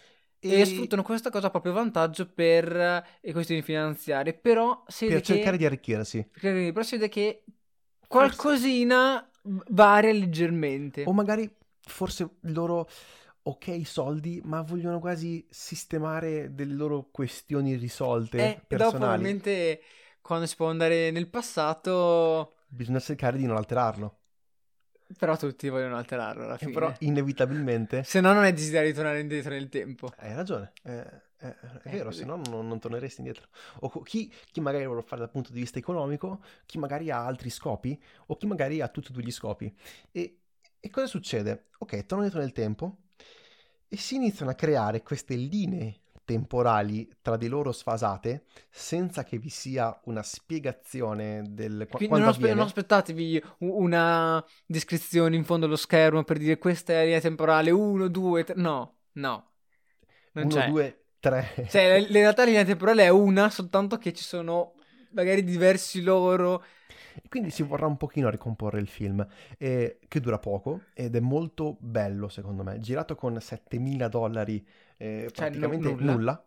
E sfruttano questa cosa a proprio vantaggio per questioni finanziarie. Però si vede per cercare di arricchirsi. Però si vede che qualcosina varia leggermente. O magari forse loro, ok, i soldi, ma vogliono quasi sistemare delle loro questioni irrisolte E dopo personali. ovviamente quando si può andare nel passato Bisogna cercare di non alterarlo. però tutti vogliono alterarlo alla fine. Però inevitabilmente... Se no non è desiderio di tornare indietro nel tempo. Hai ragione, è vero, se no non torneresti indietro. O chi magari vuole fare dal punto di vista economico, chi magari ha altri scopi, o chi magari ha tutti e due gli scopi. E cosa succede? Ok, tornano indietro nel tempo e si iniziano a creare queste linee temporali tra di loro sfasate senza che vi sia una spiegazione del Quindi quando avviene. non aspettatevi una descrizione in fondo allo schermo per dire questa è la linea temporale 1, 2, 3. No. Non 1, c'è. 2, 3. Cioè, in realtà la linea temporale è una, soltanto che ci sono magari diversi loro. E quindi si vorrà un pochino ricomporre il film, che dura poco ed è molto bello secondo me, girato con 7.000 dollari, praticamente nulla,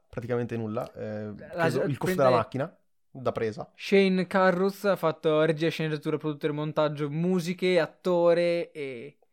il costo della macchina da presa. Shane Carruth ha fatto regia, sceneggiatura, produttore, montaggio, musiche, attore e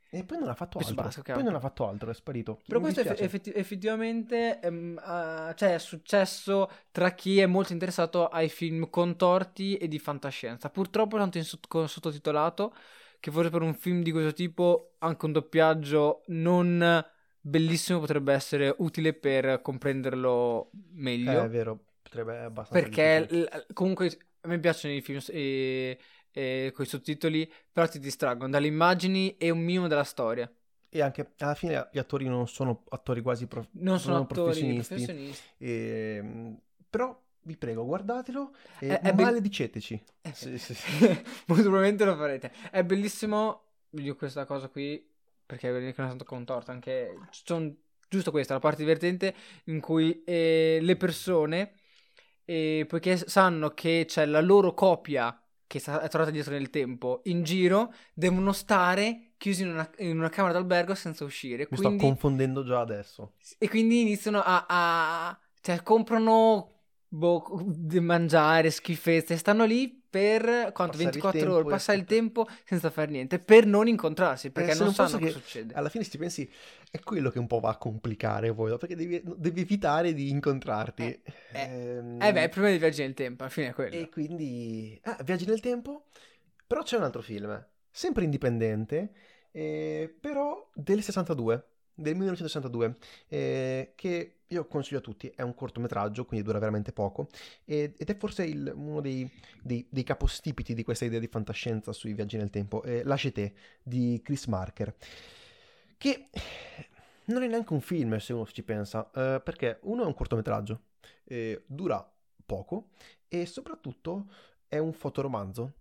E poi non ha fatto Questo altro. basta, Poi campo. non ha fatto altro, è sparito. Però Mi questo dispiace. effettivamente cioè, è successo tra chi è molto interessato ai film contorti e di fantascienza. Purtroppo tanto con sottotitolato, che forse per un film di questo tipo anche un doppiaggio non bellissimo potrebbe essere utile per comprenderlo È meglio. vero, potrebbe essere abbastanza Perché difficile. comunque a me piacciono i film con i sottotitoli, però ti distraggono dalle immagini e un minimo della storia. E anche alla fine gli attori non sono attori quasi Non sono sono attori professionisti. professionisti. Però vi prego, guardatelo e È bellissimo. malediceteci. Sì, sì, sì. Molto probabilmente lo farete. È bellissimo. Vi dico questa cosa qui perché non è tanto contorto. Anche giusto questa, la parte divertente in cui le persone, poiché sanno che c'è la loro copia che è tornata dietro nel tempo in giro, devono stare chiusi in una camera d'albergo senza uscire. Mi sto Quindi, confondendo già adesso. e quindi iniziano cioè, comprano di mangiare, schifezze, stanno lì per quanto? Passare il 24 ore, tempo e passare il aspettare. tempo senza fare niente, per non incontrarsi, perché Se non non fosse sanno cosa che succede. alla fine, se ci pensi, è quello che un po' va a complicare voi, no? Perché devi evitare di incontrarti. Beh, prima di viaggi nel tempo, alla fine è E quello. quindi... Viaggi nel tempo, però c'è un altro film, sempre indipendente, però del 62, del 1962, che io consiglio a tutti, è un cortometraggio, quindi dura veramente poco, ed è forse uno dei capostipiti di questa idea di fantascienza sui viaggi nel tempo, Lasciate, di Chris Marker, che non è neanche un film se uno ci pensa, perché uno è un cortometraggio, dura poco, e soprattutto è un fotoromanzo.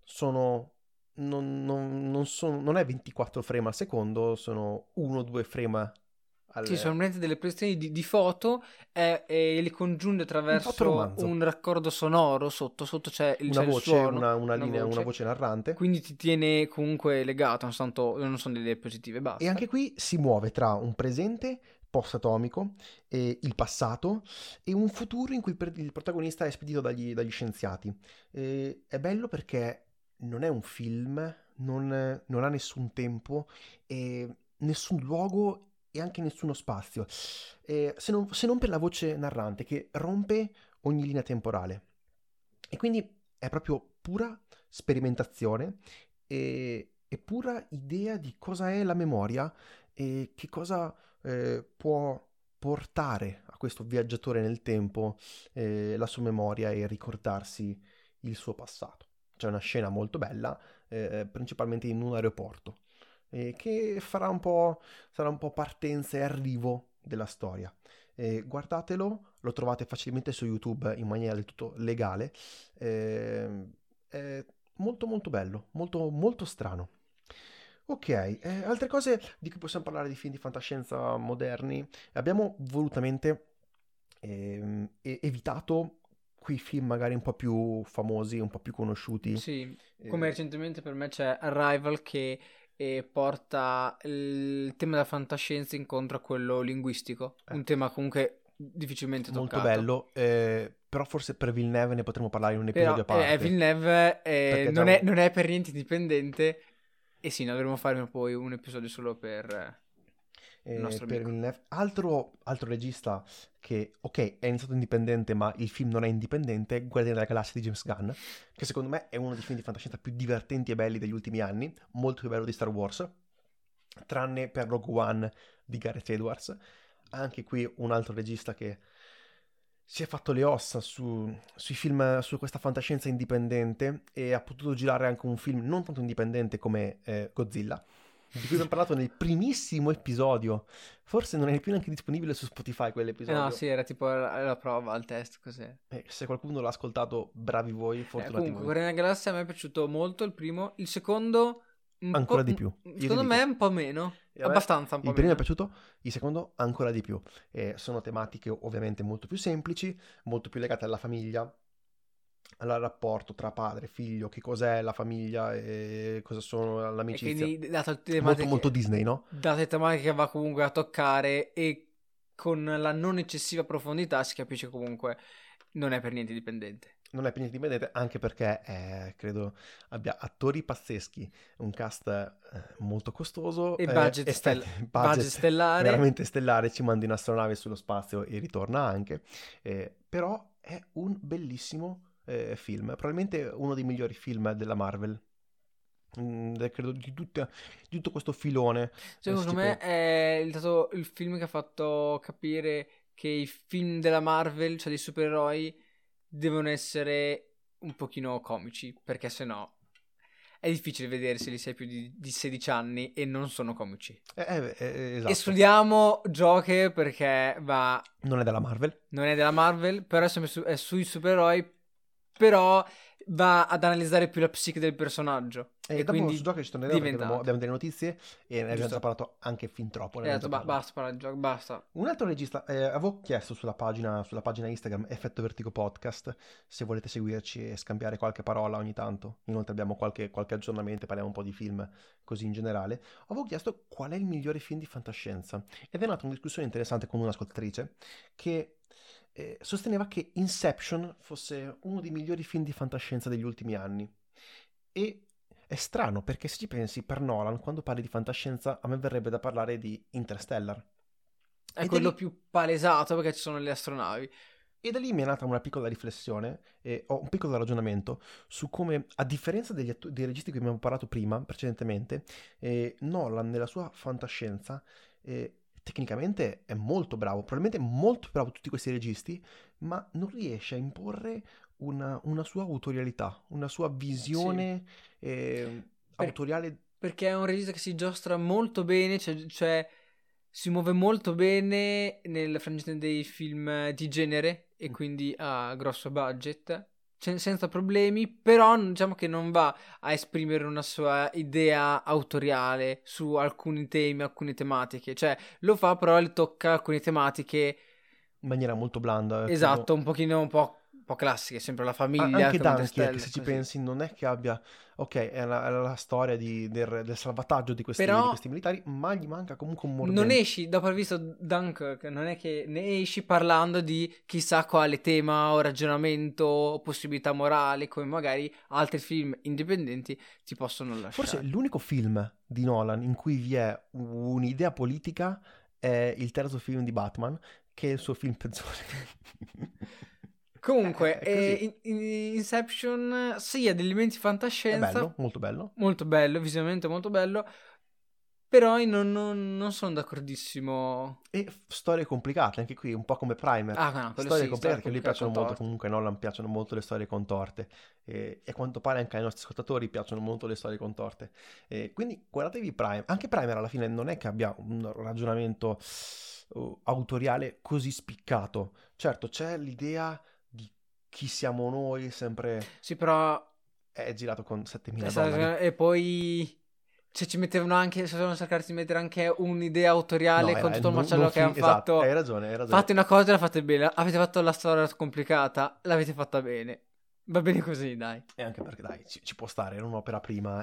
Non è 24 frame al secondo, sono 1-2 frame Sì, sono al... veramente delle proiezioni di foto e le congiunge Un attraverso fotoromanzo. un raccordo sonoro sotto Una c'è il voce, suono, una una linea, una voce, voce narrante. quindi ti tiene comunque legato, non sono delle diapositive, E basta. anche qui si muove tra un presente post-atomico, e il passato e un futuro in cui il protagonista è spedito dagli scienziati. È bello perché non è un film, non ha nessun tempo, e nessun luogo e anche nessuno spazio, se non per la voce narrante che rompe ogni linea temporale. E quindi è proprio pura sperimentazione e pura idea di cosa è la memoria e che cosa può portare a questo viaggiatore nel tempo la sua memoria e ricordarsi il suo passato. C'è una scena molto bella, principalmente in un aeroporto, che sarà un po' partenza e arrivo della storia. Guardatelo, lo trovate facilmente su YouTube in maniera del tutto legale. È molto molto bello, molto molto strano. Ok, altre cose di cui possiamo parlare di film di fantascienza moderni. Abbiamo volutamente evitato quei film magari un po' più famosi, un po' più conosciuti. Sì, come Eh, recentemente per me c'è Arrival che porta il tema della fantascienza incontro a quello linguistico, eh, un tema comunque difficilmente molto toccato. bello, però forse per Villeneuve ne potremo parlare in un episodio Però a parte, Villeneuve perché già non è per niente indipendente e sì, ne dovremmo fare poi un episodio solo per il nostro per amico. Villeneuve. Altro regista che, ok, è iniziato indipendente, ma il film non è indipendente, è Guardiani della Galassia di James Gunn, che secondo me è uno dei film di fantascienza più divertenti e belli degli ultimi anni, molto più bello di Star Wars, tranne per Rogue One di Gareth Edwards. Anche qui un altro regista che si è fatto le ossa sui film, su questa fantascienza indipendente, e ha potuto girare anche un film non tanto indipendente come Godzilla, di cui abbiamo parlato nel primissimo episodio. Forse non è più neanche disponibile su Spotify No, quell'episodio. sì, era tipo la prova, il test, così. Se qualcuno l'ha ascoltato, bravi voi, fortunati Comunque, voi. Guardiani della Galassia a me è piaciuto molto il primo, il secondo Ancora di più. Io ti secondo me dico, un po' meno, a me abbastanza un po' il primo è meno. piaciuto, il secondo ancora di più. Sono tematiche ovviamente molto più semplici, molto più legate alla famiglia, al rapporto tra padre e figlio, che cos'è la famiglia e cosa sono E l'amicizia. quindi, Molto molto Disney, no? date le tematiche che va comunque a toccare e con la non eccessiva profondità si capisce comunque non è per niente dipendente. non è per niente indipendente, anche perché credo abbia attori pazzeschi, un cast molto costoso, E budget budget stellare. veramente stellare, ci mandi un'astronave sullo spazio e ritorna anche, però è un bellissimo film, probabilmente uno dei migliori film della Marvel. Credo di tutto questo filone, Secondo me tipo è stato il film che ha fatto capire che i film della Marvel, cioè dei supereroi, devono essere un pochino comici, perché sennò è difficile vedersi se hai più di 16 anni e non sono comici. esatto, Escludiamo Joker perché non è della Marvel. non è della Marvel, però è sempre è sui supereroi, però va ad analizzare più la psiche del personaggio E e dopo su quindi giochi ci torneremo perché diventa abbiamo delle notizie e ne abbiamo già giusto. parlato anche fin troppo, ne E ho abbiamo detto già parlato. basta parlare di gioco, basta. Un altro regista, avevo chiesto sulla pagina Instagram Effetto Vertigo Podcast se volete seguirci e scambiare qualche parola ogni tanto. Inoltre abbiamo qualche aggiornamento, parliamo un po' di film così in generale. Avevo chiesto qual è il migliore film di fantascienza ed è nata una discussione interessante con un'ascoltatrice che sosteneva che Inception fosse uno dei migliori film di fantascienza degli ultimi anni. E è strano perché se ci pensi per Nolan, quando parli di fantascienza, a me verrebbe da parlare di Interstellar. È E da quello lì, più palesato perché ci sono le astronavi. e da lì mi è nata una piccola riflessione e ho un piccolo ragionamento su come, a differenza dei registi che abbiamo parlato prima, precedentemente, Nolan nella sua fantascienza tecnicamente è molto bravo, probabilmente molto bravo tutti questi registi, ma non riesce a imporre una sua autorialità, una sua Sì. visione Per- autoriale. perché è un regista che si giostra molto bene, cioè si muove molto bene nel frangente dei film di genere e quindi ha grosso budget, senza problemi, però diciamo che non va a esprimere una sua idea autoriale su alcuni temi, alcune tematiche, cioè lo fa però le tocca alcune tematiche, In maniera molto blanda, esatto, credo. un pochino un po' classiche, sempre la famiglia, Anche come Dunkirk, Interstellar, se ci così. pensi, non è che abbia. Ok, è la storia del salvataggio di questi, Però di questi militari, ma gli manca comunque un non mordente. esci, dopo aver visto Dunkirk, non è che ne esci parlando di chissà quale tema o ragionamento o possibilità morale, come magari altri film indipendenti ti possono Forse lasciare. l'unico film di Nolan in cui vi è un'idea politica è il terzo film di Batman, che è il suo film peggiore. Comunque, È così. Inception sì, ha degli elementi di È fantascienza, bello, molto bello. molto bello, visivamente molto bello, però io non sono d'accordissimo. E storie complicate, anche qui, un po' come Primer. Ah, no, quello Storie sì, complicate storia che a lui complicata piacciono con molto, torte. comunque a Nolan piacciono molto le storie contorte. E a quanto pare anche ai nostri ascoltatori piacciono molto le storie contorte. Quindi guardatevi Primer. Anche Primer alla fine non è che abbia un ragionamento autoriale così spiccato. Certo, c'è l'idea di chi siamo noi, sempre Sì, però è girato con $7.000. E poi se ci mettevano anche, se sono cercati di mettere anche un'idea No, autoriale con tutto il non macello che hanno esatto, hai fatto. ragione, hai ragione. Fate una cosa e la fate bene. Avete fatto la storia complicata, l'avete fatta bene. Va bene così, dai. E anche perché dai, ci può stare, era un'opera prima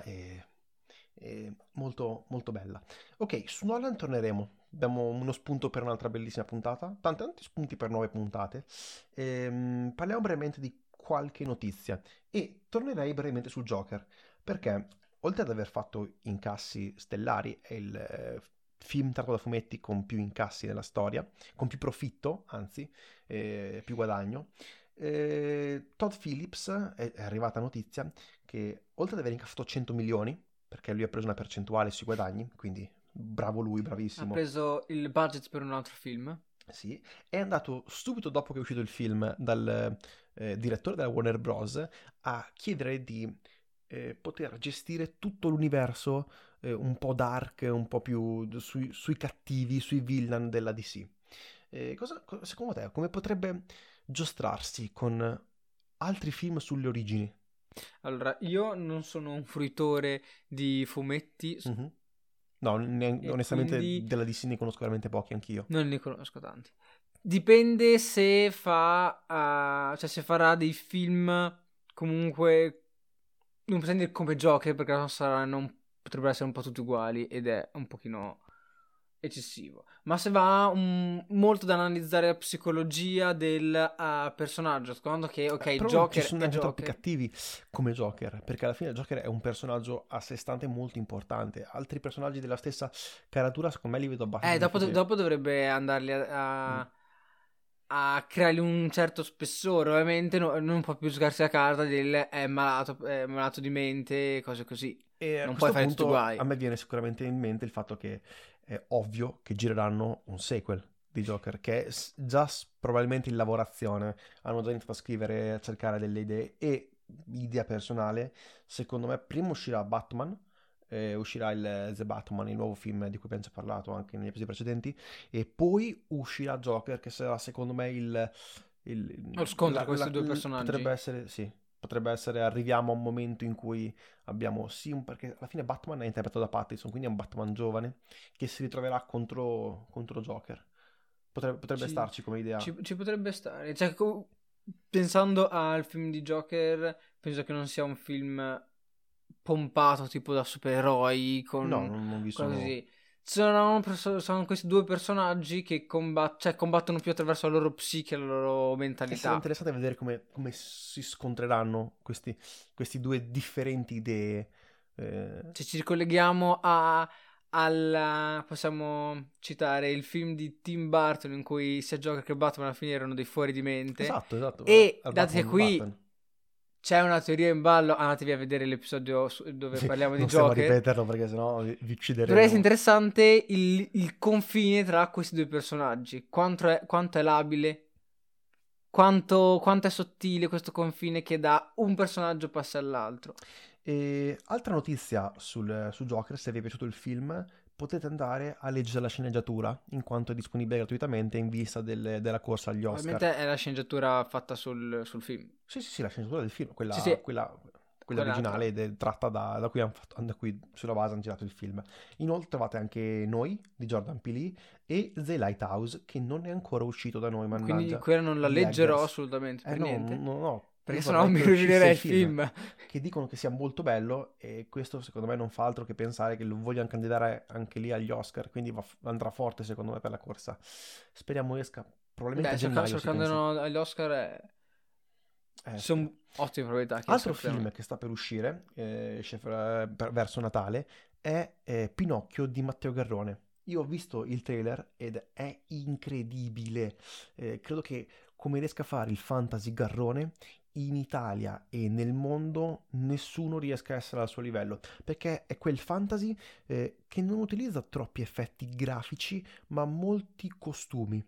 e molto, molto bella. Ok, su Nolan torneremo. Abbiamo uno spunto per un'altra bellissima puntata, tanti spunti per 9 puntate. Parliamo brevemente di qualche notizia e tornerei brevemente sul Joker, perché oltre ad aver fatto incassi stellari, è il film tratto da fumetti con più incassi nella storia, con più profitto, anzi, più guadagno. Todd Phillips è arrivata notizia che oltre ad aver incassato 100 milioni, perché lui ha preso una percentuale sui guadagni, quindi bravo lui, Ha bravissimo, preso il budget per un altro film. sì, è andato subito dopo che è uscito il film dal direttore della Warner Bros. A chiedere di poter gestire tutto l'universo un po' dark, un po' più sui cattivi, sui villain della DC. Secondo te, come potrebbe giostrarsi con altri film sulle origini? Allora, io non sono un fruitore di fumetti Mhm. No, e onestamente quindi della DC ne conosco veramente pochi anch'io. non ne conosco tanti. Dipende se cioè se farà dei film comunque non possiamo dire come Joker perché non potrebbero essere un po' tutti uguali ed è un pochino eccessivo, ma se va molto da analizzare la psicologia del personaggio, secondo che ok, Però ci Joker sono è anche troppi Joker. cattivi come Joker, perché alla fine Joker è un personaggio a sé stante molto importante. Altri personaggi della stessa caratura, secondo me, li vedo abbastanza Dopo, difficili. dopo dovrebbe andarli Mm. a creargli un certo spessore, ovviamente non può più giocarsi la carta del è malato di mente, cose così. E a Non puoi questo fare tutti punto guai. a me viene sicuramente in mente il fatto che è ovvio che gireranno un sequel di Joker, che è già probabilmente in lavorazione. Hanno già iniziato a scrivere, a cercare delle idee e idea personale. Secondo me prima uscirà Batman, uscirà il The Batman, il nuovo film di cui abbiamo già parlato anche negli episodi precedenti, e poi uscirà Joker, che sarà secondo me Lo scontro tra questi due potrebbe personaggi. essere, sì, potrebbe essere, arriviamo a un momento in cui abbiamo sì, perché alla fine Batman è interpretato da Pattinson, quindi è un Batman giovane che si ritroverà contro Joker. Potrebbe Ci, starci come idea. ci potrebbe stare. Cioè, pensando al film di Joker, penso che non sia un film pompato tipo da supereroi No, con non vi cose sono... così. Sono questi due personaggi che combattono più attraverso la loro psiche e la loro E sarà mentalità. interessante vedere come si scontreranno questi due differenti idee. Se ci ricolleghiamo possiamo citare il film di Tim Burton in cui sia Joker che Batman alla fine erano dei fuori di mente. Esatto, E al dato che Batman qui Button. c'è una teoria in ballo, andatevi a vedere l'episodio dove Sì, parliamo di non stiamo a Joker. ripeterlo perché sennò vi Dovrebbe essere uccideremo. interessante il confine tra questi due personaggi. Quanto è labile, quanto è sottile questo confine che da un personaggio passa all'altro. E altra notizia su Joker, se vi è piaciuto il film, potete andare a leggere la sceneggiatura, in quanto è disponibile gratuitamente in vista della corsa agli Oscar. Ovviamente è la sceneggiatura fatta sul film. Sì, sì, sì, la sceneggiatura del film, Sì, sì, quella quell'altra. originale, tratta da cui sulla base hanno girato il film. Inoltre trovate anche Noi, di Jordan Peele, e The Lighthouse, che non è ancora uscito da noi, Quindi mannaggia, quella non la di leggerò Eggers. assolutamente per No, niente. no, no, io Perché sennò vorrei mi che uscisse rovinerei il il film, film. che dicono che sia molto bello, e questo secondo me non fa altro che pensare che lo vogliano candidare anche lì agli Oscar, quindi andrà forte secondo me per la corsa. Speriamo esca, probabilmente a Beh, se gennaio lo si pensa. candidato agli Oscar ci Sì. sono ottime probabilità che esca Altro il film. film che sta per uscire, esce verso Natale, è Pinocchio di Matteo Garrone. Io ho visto il trailer ed è incredibile. Credo che come riesca a fare il fantasy Garrone in Italia e nel mondo nessuno riesca a essere al suo livello, perché è quel fantasy che non utilizza troppi effetti grafici, ma molti costumi.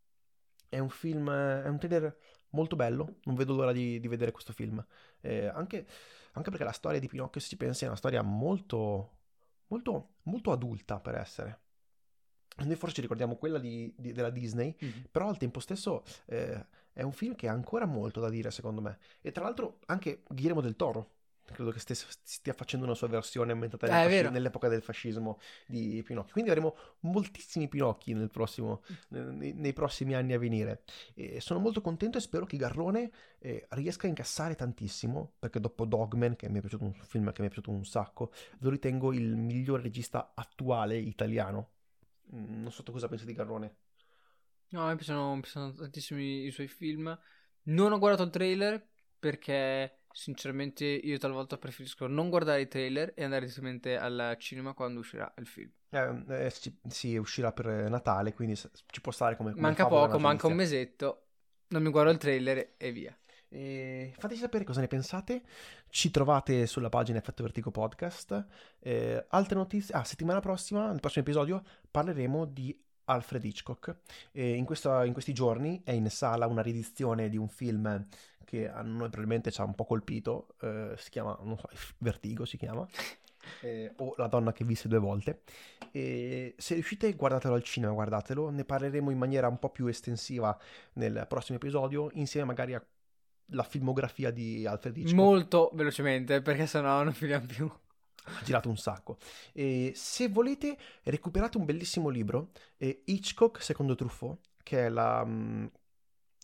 È un trailer molto bello, non vedo l'ora di vedere questo film. Anche perché la storia di Pinocchio, se ci pensi, è una storia molto, molto, molto adulta per essere. Noi forse ci ricordiamo quella della Disney, Mhm. però al tempo stesso è un film che ha ancora molto da dire, secondo me. E tra l'altro anche Guillermo del Toro, credo che stia facendo una sua versione ambientata È vero. nell'epoca del fascismo di Pinocchio. Quindi avremo moltissimi Pinocchi nei prossimi anni a venire. E sono molto contento e spero che Garrone riesca a incassare tantissimo, perché dopo Dogman, che mi è piaciuto un film che mi è piaciuto un sacco, lo ritengo il miglior regista attuale italiano. Non so tu cosa pensi di Garrone. No, mi piacciono tantissimi i suoi film. Non ho guardato il trailer perché sinceramente io talvolta preferisco non guardare i trailer e andare direttamente al cinema quando uscirà il film. Sì, uscirà per Natale, quindi ci può stare come Manca favola poco, manca un natalizia. mesetto, non mi guardo il trailer e via. Fateci sapere cosa ne pensate. Ci trovate sulla pagina Effetto Vertigo Podcast. Altre notizie. Settimana prossima, nel prossimo episodio, parleremo di Alfred Hitchcock. In questi giorni è in sala una riedizione di un film che a noi probabilmente ci ha un po' colpito. Si chiama, non so, Vertigo si chiama. O La donna che visse due volte. E se riuscite, guardatelo al cinema, guardatelo. Ne parleremo in maniera un po' più estensiva nel prossimo episodio, insieme magari alla filmografia di Alfred Hitchcock. Molto velocemente perché sennò non finiamo più. Ha girato un sacco. E se volete, recuperate un bellissimo libro, Hitchcock secondo Truffaut, che è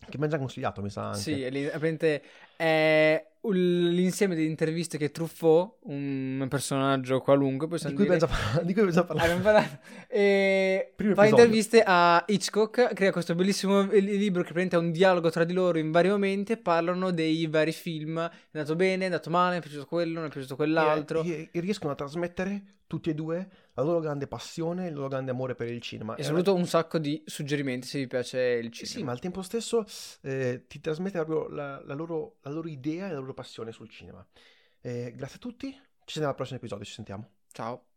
che mi ha già consigliato, mi sa anche. Sì, apparentemente è l'insieme di interviste che Truffaut, un personaggio qualunque, Di cui abbiamo già parlato. Abbiamo parlato. E Primo fa episodio. interviste a Hitchcock, crea questo bellissimo libro che praticamente è un dialogo tra di loro in vari momenti e parlano dei vari film. È andato bene, è andato male, mi è piaciuto quello, non è piaciuto quell'altro. E riescono a trasmettere tutti e due la loro grande passione, il loro grande amore per il cinema. E soprattutto un sacco di suggerimenti se vi piace il cinema. Sì, ma al tempo stesso ti trasmette proprio la loro idea e la loro passione sul cinema. Grazie a tutti, ci vediamo al prossimo episodio, ci sentiamo. Ciao.